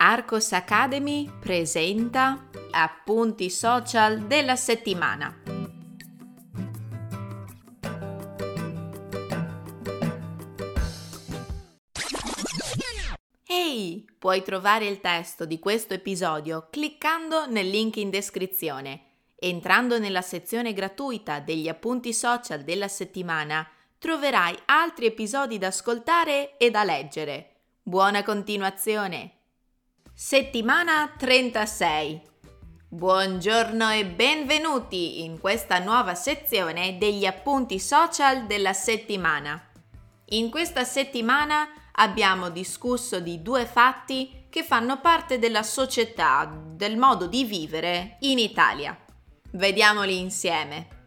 Arcos Academy presenta Appunti social della settimana. Ehi, puoi trovare il testo di questo episodio cliccando nel link in descrizione. Entrando nella sezione gratuita degli appunti social della settimana, troverai altri episodi da ascoltare e da leggere. Buona continuazione! Settimana 36. Buongiorno e benvenuti in questa nuova sezione degli appunti social della settimana. In questa settimana abbiamo discusso di due fatti che fanno parte della società, del modo di vivere in Italia. Vediamoli insieme.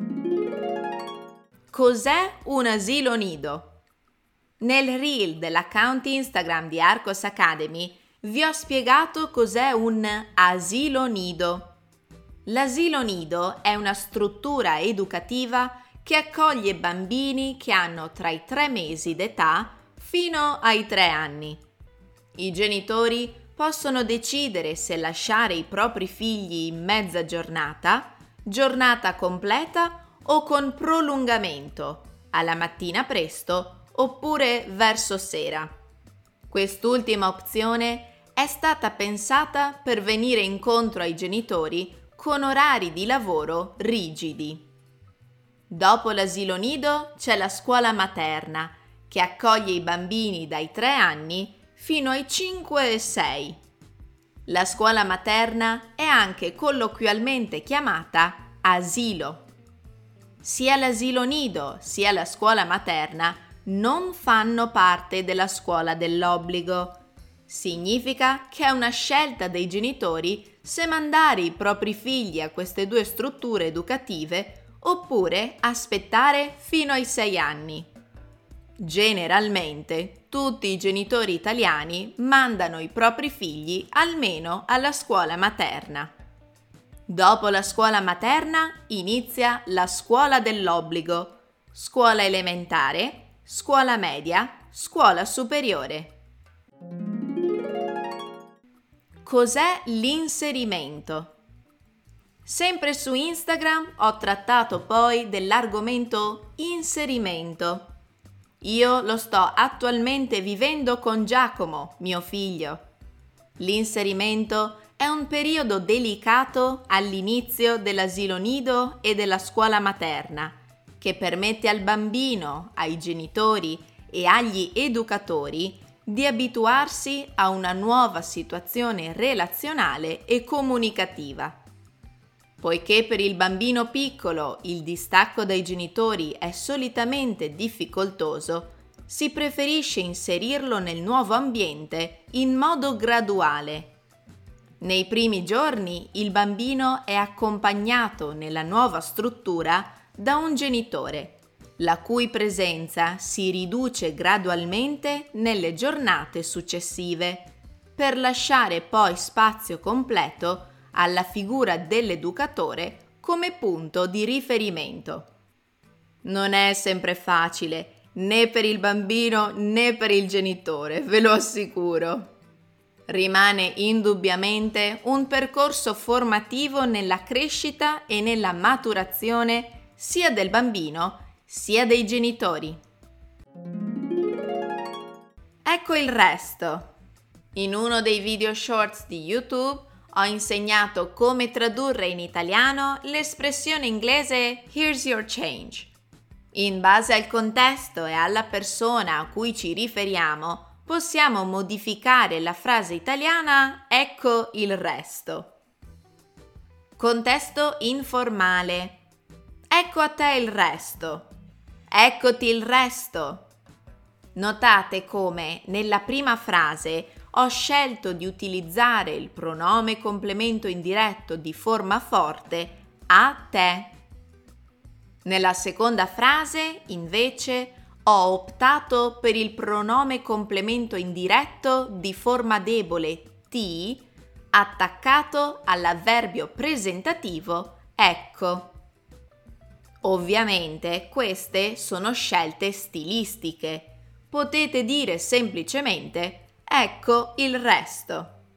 Cos'è un asilo nido? Nel reel dell'account Instagram di Arcos Academy vi ho spiegato cos'è un asilo nido. L'asilo nido è una struttura educativa che accoglie bambini che hanno tra i 3 mesi d'età fino ai 3 anni. I genitori possono decidere se lasciare i propri figli in mezza giornata, giornata completa o con prolungamento, alla mattina presto oppure verso sera. Quest'ultima opzione è stata pensata per venire incontro ai genitori con orari di lavoro rigidi. Dopo l'asilo nido c'è la scuola materna, che accoglie i bambini dai 3 anni fino ai 5 e 6. La scuola materna è anche colloquialmente chiamata asilo. Sia l'asilo nido sia la scuola materna non fanno parte della scuola dell'obbligo. Significa che è una scelta dei genitori se mandare i propri figli a queste due strutture educative oppure aspettare fino ai 6 anni. Generalmente tutti i genitori italiani mandano i propri figli almeno alla scuola materna. Dopo la scuola materna inizia la scuola dell'obbligo, scuola elementare, scuola media, scuola superiore. Cos'è l'inserimento? Sempre su Instagram ho trattato poi dell'argomento inserimento. Io lo sto attualmente vivendo con Giacomo, mio figlio. L'inserimento è un periodo delicato all'inizio dell'asilo nido e della scuola materna, che permette al bambino, ai genitori e agli educatori di abituarsi a una nuova situazione relazionale e comunicativa. Poiché per il bambino piccolo il distacco dai genitori è solitamente difficoltoso, si preferisce inserirlo nel nuovo ambiente in modo graduale. Nei primi giorni il bambino è accompagnato nella nuova struttura da un genitore, la cui presenza si riduce gradualmente nelle giornate successive, per lasciare poi spazio completo alla figura dell'educatore come punto di riferimento. Non è sempre facile, né per il bambino né per il genitore, ve lo assicuro. Rimane indubbiamente un percorso formativo nella crescita e nella maturazione sia del bambino sia dei genitori. Ecco il resto. In uno dei video shorts di YouTube ho insegnato come tradurre in italiano l'espressione inglese "Here's your change". In base al contesto e alla persona a cui ci riferiamo, possiamo modificare la frase italiana "ecco il resto". Contesto informale. Ecco a te il resto. Eccoti il resto. Notate come nella prima frase ho scelto di utilizzare il pronome complemento indiretto di forma forte a te. Nella seconda frase, invece, ho optato per il pronome complemento indiretto di forma debole ti attaccato all'avverbio presentativo ecco. Ovviamente queste sono scelte stilistiche. Potete dire semplicemente ecco il resto.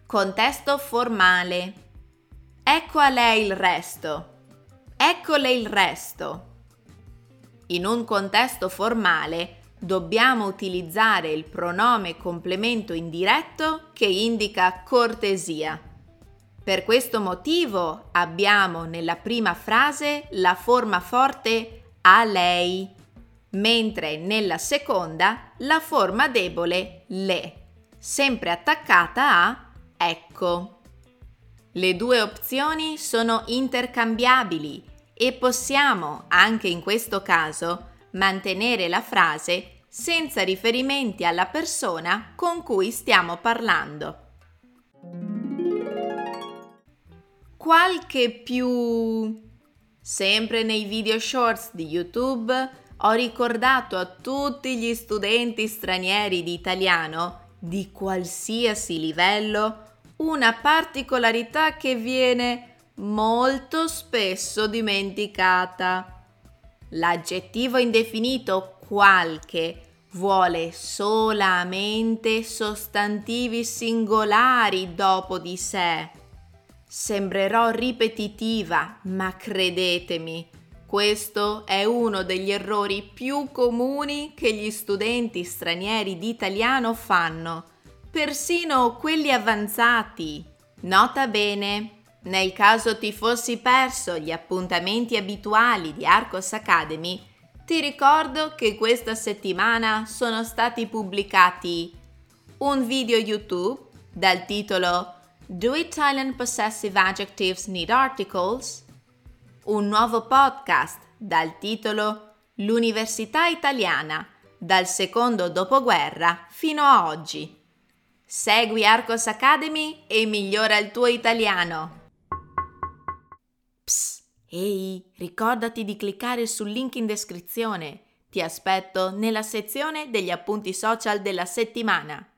Contesto formale. Ecco a lei il resto. Eccole il resto. In un contesto formale dobbiamo utilizzare il pronome complemento indiretto che indica cortesia. Per questo motivo abbiamo nella prima frase la forma forte a lei, mentre nella seconda la forma debole le, sempre attaccata a ecco. Le due opzioni sono intercambiabili e possiamo, anche in questo caso, mantenere la frase senza riferimenti alla persona con cui stiamo parlando. Qualche più... Sempre nei video shorts di YouTube ho ricordato a tutti gli studenti stranieri di italiano, di qualsiasi livello, una particolarità che viene molto spesso dimenticata. L'aggettivo indefinito qualche vuole solamente sostantivi singolari dopo di sé. Sembrerò ripetitiva, ma credetemi, questo è uno degli errori più comuni che gli studenti stranieri di italiano fanno, persino quelli avanzati. Nota bene, nel caso ti fossi perso gli appuntamenti abituali di Arcos Academy, ti ricordo che questa settimana sono stati pubblicati un video YouTube dal titolo Do Italian Possessive Adjectives Need Articles? Un nuovo podcast dal titolo L'Università Italiana, dal secondo dopoguerra fino a oggi. Segui Arcos Academy e migliora il tuo italiano. Psst, ehi, ricordati di cliccare sul link in descrizione. Ti aspetto nella sezione degli appunti social della settimana.